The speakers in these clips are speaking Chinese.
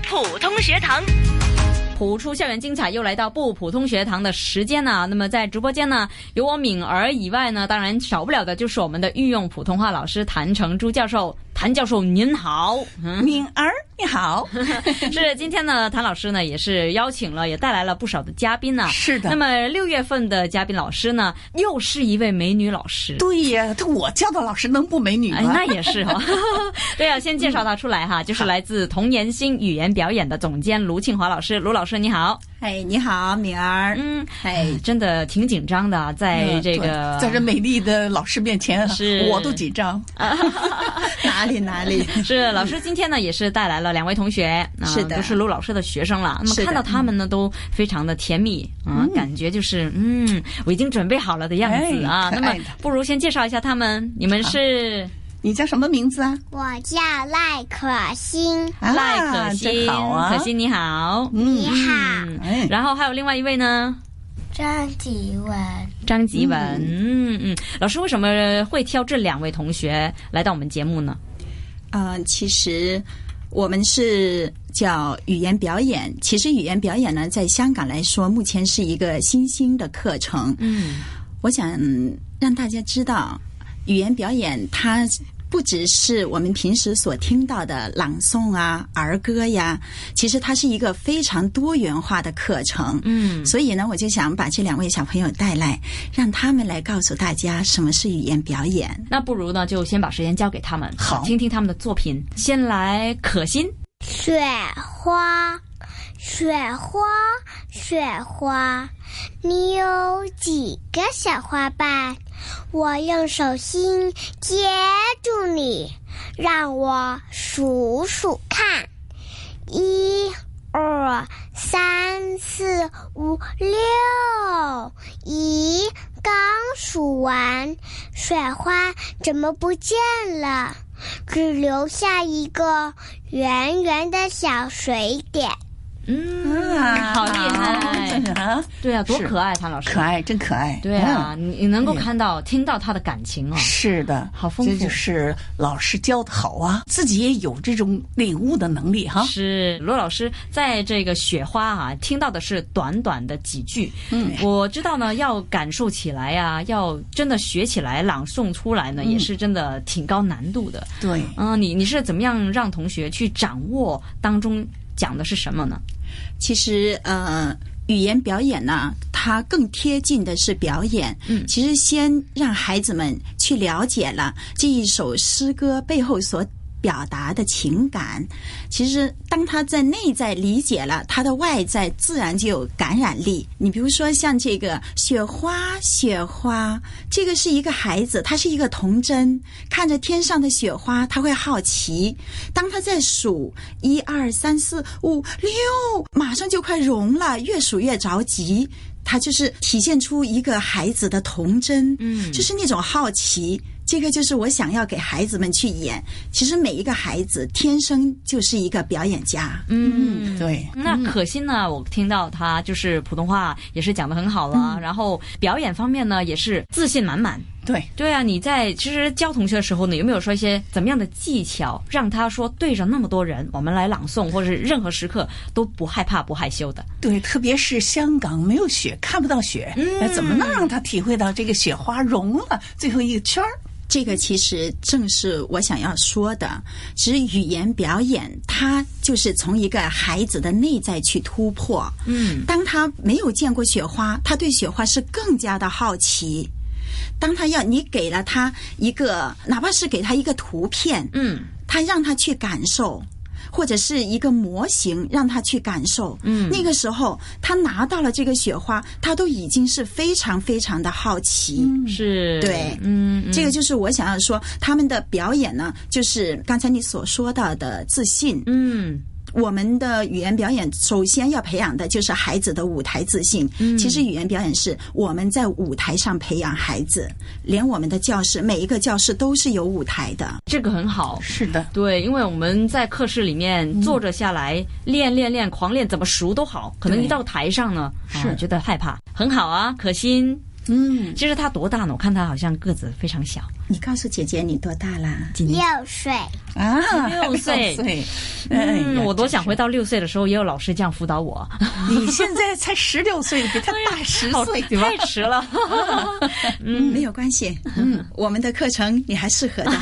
普通学堂。 普出校园精彩又来到不普通学堂的时间呢。那么在直播间呢，有我敏儿以外呢，当然少不了的就是我们的御用普通话老师谭成珠教授。谭教授您好。 敏儿你好。 是今天呢，谭老师呢也是邀请了，也带来了不少的嘉宾呢。 是的。 那么6月份的嘉宾老师呢，又是一位美女老师。 对呀，我教的老师能不美女吗？ 那也是哈。对啊，先介绍她出来哈，就是来自童言心语言表演的总监卢庆华老师。卢老师你好。 哎，你好，敏儿。 真的挺紧张的，在这个在这美丽的老师面前，我都紧张。哪里是老师今天呢也是带来了2位同学， 是的， 都是卢老师的学生了。那么看到他们呢都非常的甜蜜感觉就是我已经准备好了的样子啊。那么不如先介绍一下他们，你们是？ 你叫什么名字啊？ 我叫赖可欣。 赖可欣， 好啊， 可欣你好。 你好。 然后还有另外一位呢？ 张吉文。 张吉文。老师为什么会挑这2位同学来到我们节目呢？ 其实我们是叫语言表演。其实语言表演呢，在香港来说，目前是一个新兴的课程。我想让大家知道，语言表演它不只是我们平时所听到的朗诵啊、儿歌呀，其实它是一个非常多元化的课程。所以呢，我就想把这2位小朋友带来，让他们来告诉大家什么是语言表演。 那不如呢，就先把时间交给他们， 好， 听听他们的作品。先来可欣。 雪花，雪花，雪花，你有几个小花瓣？我用手心接住你，让我数数看，1、2、3、4、5、6。咦，刚数完，雪花怎么不见了？只留下一个圆圆的小水点。 好厉害！对啊，多可爱，谭老师， 可爱，真可爱。 对啊，你能够听到他的感情啊。 是的， 好丰富。 这就是老师教的好啊，自己也有这种领悟的能力哈。 是罗老师在这个雪花听到的是短短的几句。我知道呢，要感受起来啊，要真的学起来、朗诵出来呢，也是真的挺高难度的。 对， 你是怎么样让同学去掌握当中讲的是什么呢？ 其实语言表演呢，它更贴近的是表演。其实先让孩子们去了解了这一首诗歌背后所表达的情感，其实当他在内在理解了，他的外在自然就有感染力。你比如说像这个雪花，雪花，这个是一个孩子，他是一个童真，看着天上的雪花，他会好奇。当他在数1、2、3、4、5、6，马上就快融了，越数越着急。他就是体现出一个孩子的童真，就是那种好奇。这个就是我想要给孩子们去演。其实每一个孩子天生就是一个表演家。 对。 那可欣呢，我听到他就是普通话也是讲得很好了，然后表演方面呢也是自信满满。对啊，你在其实教同学的时候呢，有没有说一些怎么样的技巧，让他说对着那么多人我们来朗诵，或者是任何时刻都不害怕不害羞的？ 对，特别是香港没有雪，看不到雪，怎么能让他体会到这个雪花融了最后一个圈儿？ 这个其实正是我想要说的。其实语言表演它就是从一个孩子的内在去突破。当他没有见过雪花，他对雪花是更加的好奇。当你给了他一个，哪怕是给他一个图片，他让他去感受，或者是一个模型让他去感受，那个时候他拿到了这个雪花，他都已经是非常非常的好奇。 是， 对，这个就是我想要说，他们的表演呢，就是刚才你所说到的自信。我们的语言表演首先要培养的就是孩子的舞台自信。其实语言表演是我们在舞台上培养孩子，连我们的教室，每一个教室都是有舞台的。 这个很好。 是的， 对，因为我们在课室里面坐着下来练，狂练，怎么熟都好，可能一到台上呢，是觉得害怕。很好啊，可欣。其实他多大呢？我看他好像个子非常小。 你告诉姐姐你多大啦 ？6岁啊 ，6岁。我多想回到6岁的时候，也有老师这样辅导我。 你现在才16岁，比他大10岁，对吧？ 太迟了。 没有关系。我们的课程你还适合的。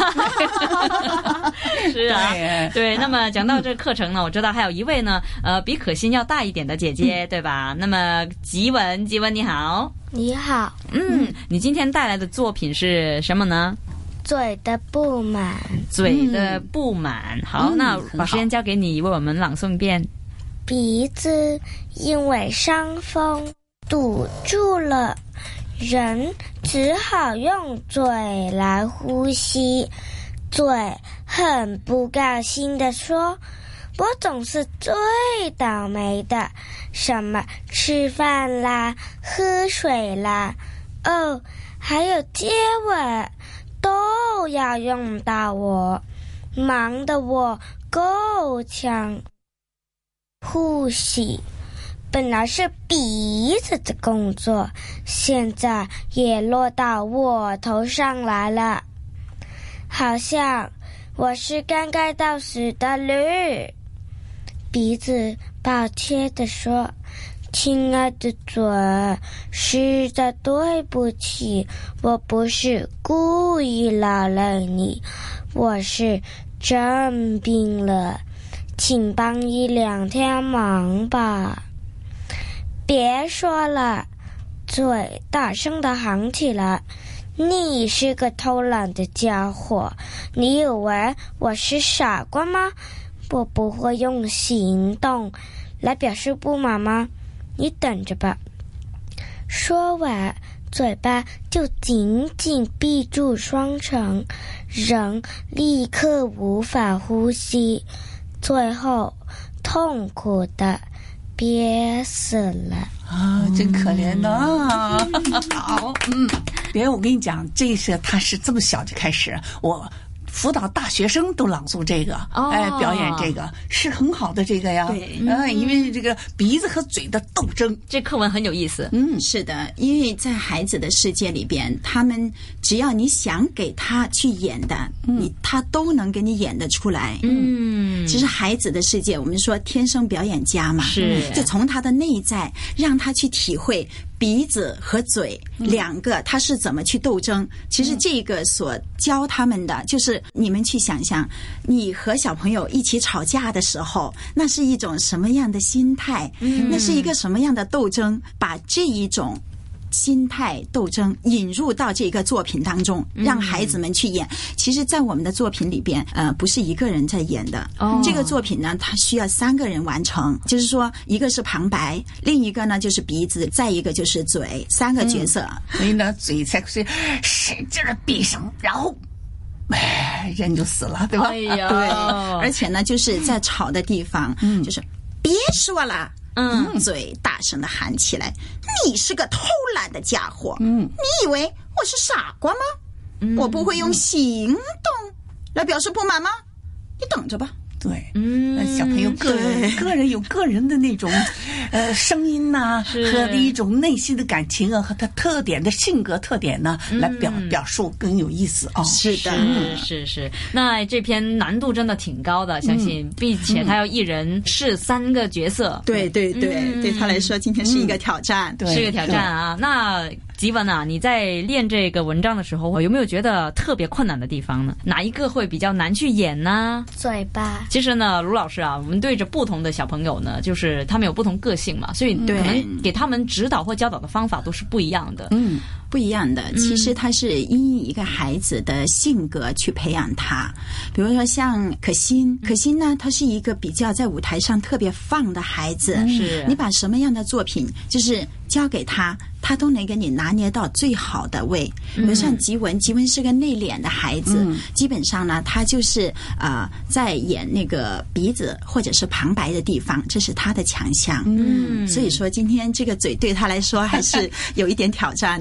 是啊，对。那么讲到这课程呢，我知道还有一位呢，比可心要大一点的姐姐，对吧？那么吉文你好。 你好。 你今天带来的作品是什么呢？ 嘴的不满。 嘴的不满。好，那把时间交给你，为我们朗诵一遍。 鼻子因为伤风堵住了，人只好用嘴来呼吸。嘴很不高兴地说，我总是最倒霉的，什么吃饭啦，喝水啦，还有接吻都要用到我，忙得我够呛。呼吸本来是鼻子的工作，现在也落到我头上来了，好像我是刚刚到死的驴。鼻子抱歉地说，亲爱的嘴，实在对不起，我不是故意劳累你，我是真病了，请帮1-2天忙吧。别说了，嘴大声地喊起来，你是个偷懒的家伙，你以为我是傻瓜吗？我不会用行动来表示不满吗？你等着吧。说完，嘴巴就紧紧闭住双唇，人立刻无法呼吸，最后痛苦的憋死了。 真可怜呐！好，别，我跟你讲，他是这么小就开始，我辅导大学生都朗诵这个，表演这个是很好的这个呀。 对， 因为这个鼻子和嘴的斗争， 这课文很有意思。 是的，因为在孩子的世界里边，他们只要你想给他去演的，他都能给你演得出来。其实孩子的世界，我们说天生表演家嘛， 是就从他的内在让他去体会鼻子和嘴两个他是怎么去斗争。其实这个所教他们的就是你们去想象，你和小朋友一起吵架的时候，那是一种什么样的心态，那是一个什么样的斗争，把这一种心态斗争引入到这个作品当中，让孩子们去演。其实在我们的作品里边不是一个人在演的，这个作品呢它需要3个人完成，就是说一个是旁白，另一个呢就是鼻子，再一个就是嘴，3个角色。 所以呢嘴才是使劲的闭上，然后人就死了，对吧？ 哎呀， 对，而且呢就是在吵的地方就是别说了，嘴大声的喊起来，你是个偷懒的家伙，你以为我是傻瓜吗？我不会用行动来表示不满吗？你等着吧。 对，小朋友个人有个人的那种声音呐，和一种内心的感情啊，和他特点的性格特点呢，来表述更有意思啊。 是的， 是。那这篇难度真的挺高的，相信，并且他要一人饰3个角色。 对，对他来说，今天是一个挑战， 是一个挑战啊。那吉文啊，你在练这个文章的时候，有没有觉得特别困难的地方呢？哪一个会比较难去演呢？ 嘴巴。 其实呢，卢老师啊，我们对着不同的小朋友呢，就是他们有不同个性嘛，所以可能给他们指导或教导的方法都是不一样的。 不一样的。其实他是因一个孩子的性格去培养他。比如说像可心呢，他是一个比较在舞台上特别放的孩子。 是， 你把什么样的作品就是交给他，他都能给你拿捏到最好的位。比如像吉文是个内敛的孩子，基本上呢，他就是在演那个鼻子或者是旁白的地方，这是他的强项。所以说今天这个嘴对他来说还是有一点挑战的。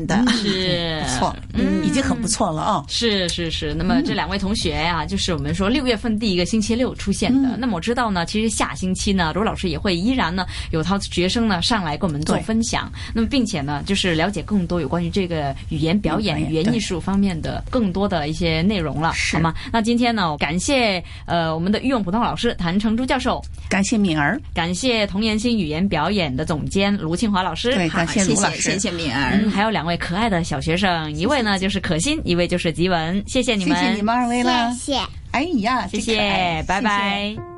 是不错，已经很不错了啊。 是。那么这两位同学呀，就是我们说6月份第一个星期六出现的。那么我知道呢，其实下星期呢，罗老师也会依然呢有他学生呢上来跟我们做分享。那么并且呢，就是了解更多有关于这个语言表演、语言艺术方面的更多的一些内容了，好吗？那今天呢，感谢我们的御用普通话老师谭成珠教授， 感谢敏儿， 感谢童言心语言表演的总监卢庆华老师， 对，感谢卢老师， 谢谢敏儿， 还有两位可爱的小学生，一位呢就是可心，一位就是吉文，谢谢你们， 谢谢你们二位了， 谢谢， 哎呀， 谢谢，拜拜。